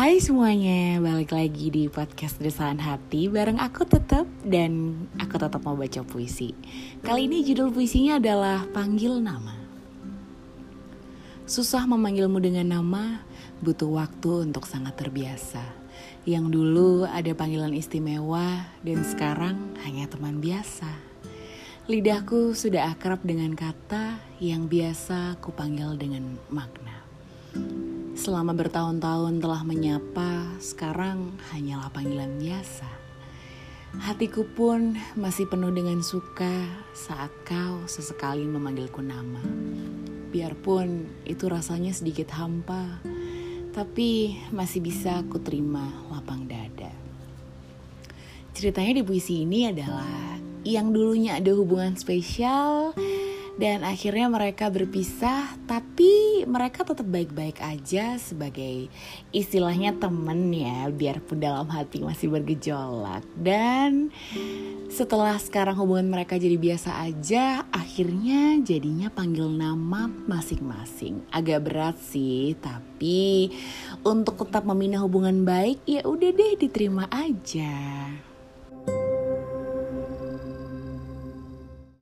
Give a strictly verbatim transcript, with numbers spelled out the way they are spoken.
Hai semuanya, balik lagi di podcast Desahan Hati bareng aku tetap dan aku tetap mau baca puisi. Kali ini judul puisinya adalah Panggil Nama. Susah memanggilmu dengan nama, butuh waktu untuk sangat terbiasa. Yang dulu ada panggilan istimewa dan sekarang hanya teman biasa. Lidahku sudah akrab dengan kata yang biasa kupanggil dengan makna. Selama bertahun-tahun telah menyapa, sekarang hanyalah panggilan biasa. Hatiku pun masih penuh dengan suka saat kau sesekali memanggilku nama. Biarpun itu rasanya sedikit hampa, tapi masih bisa aku terima lapang dada. Ceritanya di puisi ini adalah yang dulunya ada hubungan spesial dan akhirnya mereka berpisah, tapi mereka tetap baik-baik aja sebagai istilahnya temen ya, biarpun dalam hati masih bergejolak. Dan setelah sekarang hubungan mereka jadi biasa aja, akhirnya jadinya panggil nama masing-masing. Agak berat sih, tapi untuk tetap membina hubungan baik ya udah deh diterima aja.